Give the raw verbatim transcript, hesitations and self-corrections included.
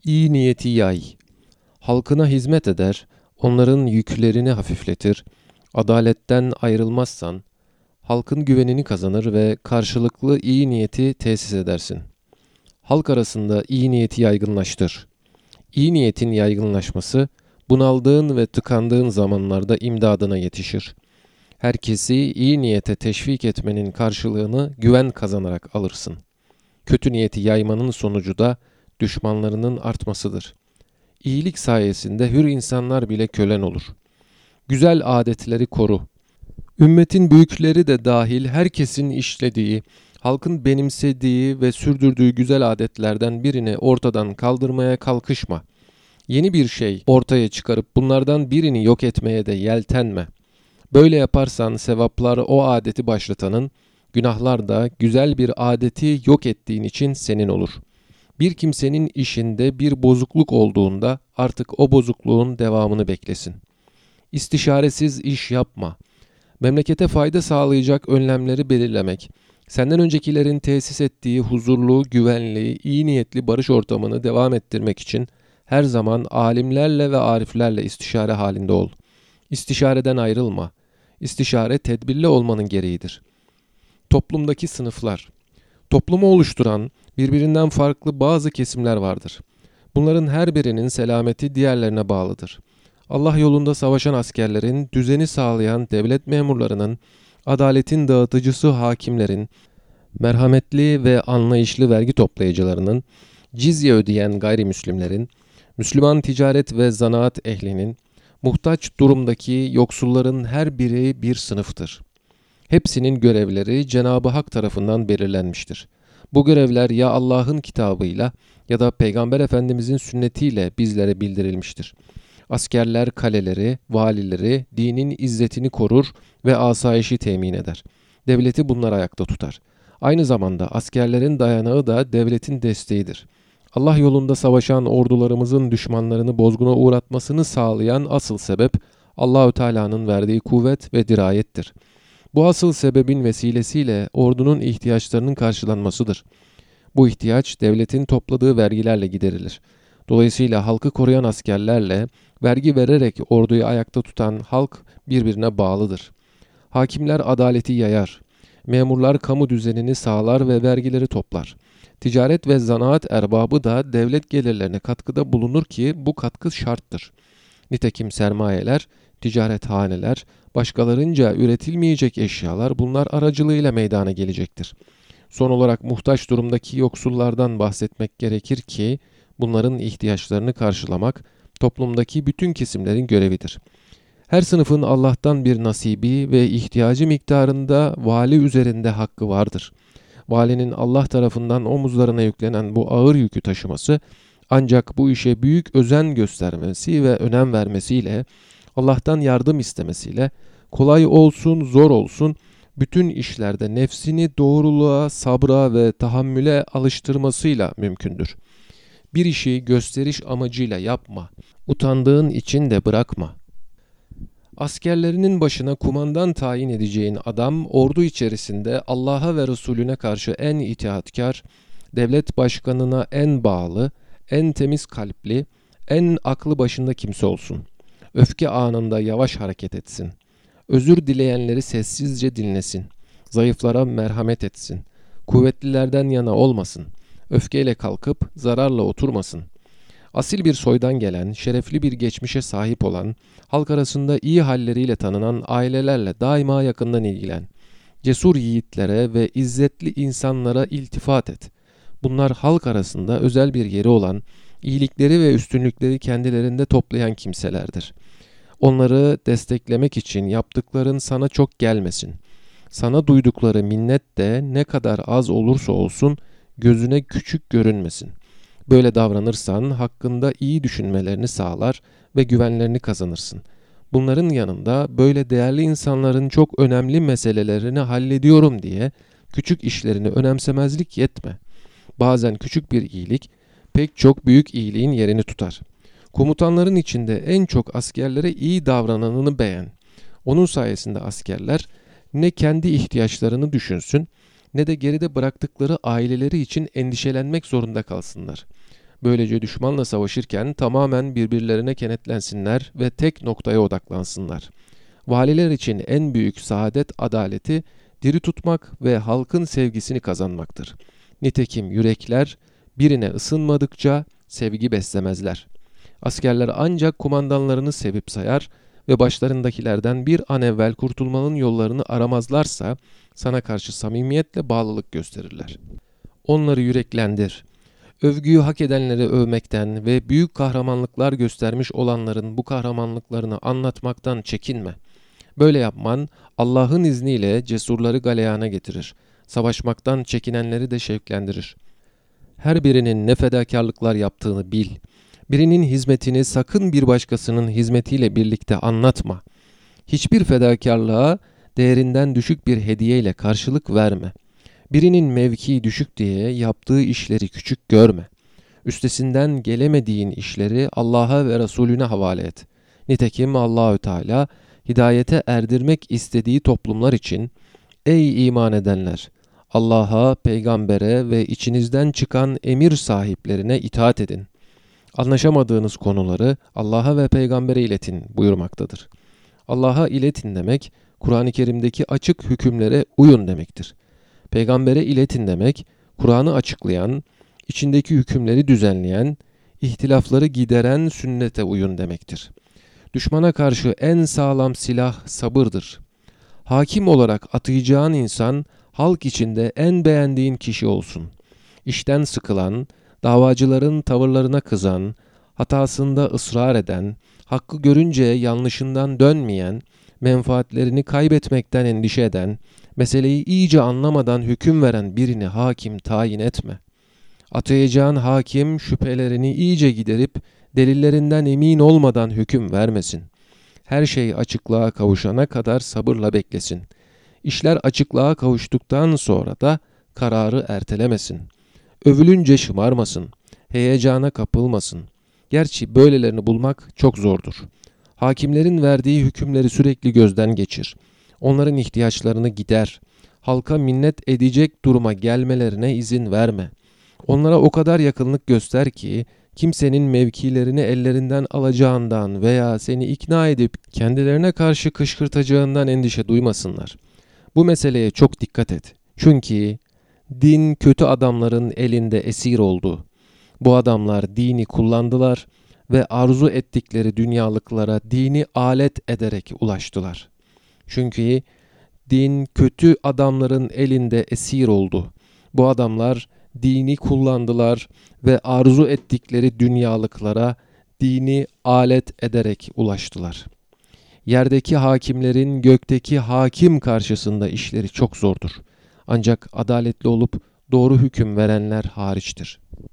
İyi niyeti yay. Halkına hizmet eder, onların yüklerini hafifletir. Adaletten ayrılmazsan, halkın güvenini kazanır ve karşılıklı iyi niyeti tesis edersin. Halk arasında iyi niyeti yaygınlaştır. İyi niyetin yaygınlaşması, bunaldığın ve tıkandığın zamanlarda imdadına yetişir. Herkesi iyi niyete teşvik etmenin karşılığını güven kazanarak alırsın. Kötü niyeti yaymanın sonucu da düşmanlarının artmasıdır. İyilik sayesinde hür insanlar bile kölen olur. Güzel adetleri koru. Ümmetin büyükleri de dahil herkesin işlediği, halkın benimsediği ve sürdürdüğü güzel adetlerden birini ortadan kaldırmaya kalkışma. Yeni bir şey ortaya çıkarıp bunlardan birini yok etmeye de yeltenme. Böyle yaparsan sevaplar o adeti başlatanın, günahlar da güzel bir adeti yok ettiğin için senin olur. Bir kimsenin işinde bir bozukluk olduğunda artık o bozukluğun devamını beklesin. İstişaresiz iş yapma. Memlekete fayda sağlayacak önlemleri belirlemek, senden öncekilerin tesis ettiği huzurlu, güvenli, iyi niyetli barış ortamını devam ettirmek için her zaman alimlerle ve ariflerle istişare halinde ol. İstişareden ayrılma. İstişare tedbirli olmanın gereğidir. Toplumdaki sınıflar. Toplumu oluşturan birbirinden farklı bazı kesimler vardır. Bunların her birinin selameti diğerlerine bağlıdır. Allah yolunda savaşan askerlerin, düzeni sağlayan devlet memurlarının, adaletin dağıtıcısı hakimlerin, merhametli ve anlayışlı vergi toplayıcılarının, cizye ödeyen gayrimüslimlerin, Müslüman ticaret ve zanaat ehlinin, muhtaç durumdaki yoksulların her biri bir sınıftır. Hepsinin görevleri Cenab-ı Hak tarafından belirlenmiştir. Bu görevler ya Allah'ın kitabıyla ya da Peygamber Efendimizin sünnetiyle bizlere bildirilmiştir. Askerler kaleleri, valileri, dinin izzetini korur ve asayişi temin eder. Devleti bunlar ayakta tutar. Aynı zamanda askerlerin dayanağı da devletin desteğidir. Allah yolunda savaşan ordularımızın düşmanlarını bozguna uğratmasını sağlayan asıl sebep Allahü Teala'nın verdiği kuvvet ve dirayettir. Bu asıl sebebin vesilesiyle ordunun ihtiyaçlarının karşılanmasıdır. Bu ihtiyaç devletin topladığı vergilerle giderilir. Dolayısıyla halkı koruyan askerlerle vergi vererek orduyu ayakta tutan halk birbirine bağlıdır. Hakimler adaleti yayar. Memurlar kamu düzenini sağlar ve vergileri toplar. Ticaret ve zanaat erbabı da devlet gelirlerine katkıda bulunur ki bu katkı şarttır. Nitekim sermayeler, ticarethaneler, başkalarınca üretilmeyecek eşyalar bunlar aracılığıyla meydana gelecektir. Son olarak muhtaç durumdaki yoksullardan bahsetmek gerekir ki bunların ihtiyaçlarını karşılamak toplumdaki bütün kesimlerin görevidir. Her sınıfın Allah'tan bir nasibi ve ihtiyacı miktarında vali üzerinde hakkı vardır. Valinin Allah tarafından omuzlarına yüklenen bu ağır yükü taşıması ancak bu işe büyük özen göstermesi ve önem vermesiyle, Allah'tan yardım istemesiyle, kolay olsun zor olsun bütün işlerde nefsini doğruluğa, sabra ve tahammüle alıştırmasıyla mümkündür. Bir işi gösteriş amacıyla yapma, utandığın için de bırakma. Askerlerinin başına kumandan tayin edeceğin adam, ordu içerisinde Allah'a ve Resulüne karşı en itaatkar, devlet başkanına en bağlı, en temiz kalpli, en aklı başında kimse olsun. Öfke anında yavaş hareket etsin. Özür dileyenleri sessizce dinlesin. Zayıflara merhamet etsin. Kuvvetlilerden yana olmasın. Öfkeyle kalkıp zararla oturmasın. Asil bir soydan gelen, şerefli bir geçmişe sahip olan, halk arasında iyi halleriyle tanınan ailelerle daima yakından ilgilen. Cesur yiğitlere ve izzetli insanlara iltifat et. Bunlar halk arasında özel bir yeri olan, iyilikleri ve üstünlükleri kendilerinde toplayan kimselerdir. Onları desteklemek için yaptıkların sana çok gelmesin. Sana duydukları minnet de ne kadar az olursa olsun gözüne küçük görünmesin. Böyle davranırsan hakkında iyi düşünmelerini sağlar ve güvenlerini kazanırsın. Bunların yanında böyle değerli insanların çok önemli meselelerini hallediyorum diye küçük işlerini önemsemezlik yetme. Bazen küçük bir iyilik pek çok büyük iyiliğin yerini tutar. Komutanların içinde en çok askerlere iyi davrananını beğen. Onun sayesinde askerler ne kendi ihtiyaçlarını düşünsün ne de geride bıraktıkları aileleri için endişelenmek zorunda kalsınlar. Böylece düşmanla savaşırken tamamen birbirlerine kenetlensinler ve tek noktaya odaklansınlar. Valiler için en büyük saadet adaleti diri tutmak ve halkın sevgisini kazanmaktır. Nitekim yürekler birine ısınmadıkça sevgi beslemezler. Askerler ancak kumandanlarını sevip sayar ve başlarındakilerden bir an evvel kurtulmanın yollarını aramazlarsa sana karşı samimiyetle bağlılık gösterirler. Onları yüreklendir. Övgüyü hak edenleri övmekten ve büyük kahramanlıklar göstermiş olanların bu kahramanlıklarını anlatmaktan çekinme. Böyle yapman Allah'ın izniyle cesurları galeyana getirir. Savaşmaktan çekinenleri de şevklendirir. Her birinin ne fedakarlıklar yaptığını bil. Birinin hizmetini sakın bir başkasının hizmetiyle birlikte anlatma. Hiçbir fedakarlığa değerinden düşük bir hediyeyle karşılık verme. Birinin mevkii düşük diye yaptığı işleri küçük görme. Üstesinden gelemediğin işleri Allah'a ve Resulüne havale et. Nitekim Allahü Teala hidayete erdirmek istediği toplumlar için ey iman edenler! Allah'a, peygambere ve içinizden çıkan emir sahiplerine itaat edin. Anlaşamadığınız konuları Allah'a ve peygambere iletin buyurmaktadır. Allah'a iletin demek, Kur'an-ı Kerim'deki açık hükümlere uyun demektir. Peygambere iletin demek, Kur'an'ı açıklayan, içindeki hükümleri düzenleyen, ihtilafları gideren sünnete uyun demektir. Düşmana karşı en sağlam silah sabırdır. Hakim olarak atayacağın insan, halk içinde en beğendiğin kişi olsun. İşten sıkılan, davacıların tavırlarına kızan, hatasında ısrar eden, hakkı görünce yanlışından dönmeyen, menfaatlerini kaybetmekten endişe eden, meseleyi iyice anlamadan hüküm veren birini hakim tayin etme. Atayacağın hakim şüphelerini iyice giderip delillerinden emin olmadan hüküm vermesin. Her şey açıklığa kavuşana kadar sabırla beklesin. İşler açıklığa kavuştuktan sonra da kararı ertelemesin. Övülünce şımarmasın, heyecana kapılmasın. Gerçi böylelerini bulmak çok zordur. Hakimlerin verdiği hükümleri sürekli gözden geçir. Onların ihtiyaçlarını gider. Halka minnet edecek duruma gelmelerine izin verme. Onlara o kadar yakınlık göster ki, kimsenin mevkilerini ellerinden alacağından veya seni ikna edip kendilerine karşı kışkırtacağından endişe duymasınlar. Bu meseleye çok dikkat et. Çünkü din kötü adamların elinde esir oldu. Bu adamlar dini kullandılar ve arzu ettikleri dünyalıklara dini alet ederek ulaştılar. Çünkü din kötü adamların elinde esir oldu. Bu adamlar dini kullandılar ve arzu ettikleri dünyalıklara dini alet ederek ulaştılar. Yerdeki hakimlerin gökteki hakim karşısında işleri çok zordur. Ancak adaletli olup doğru hüküm verenler hariçtir.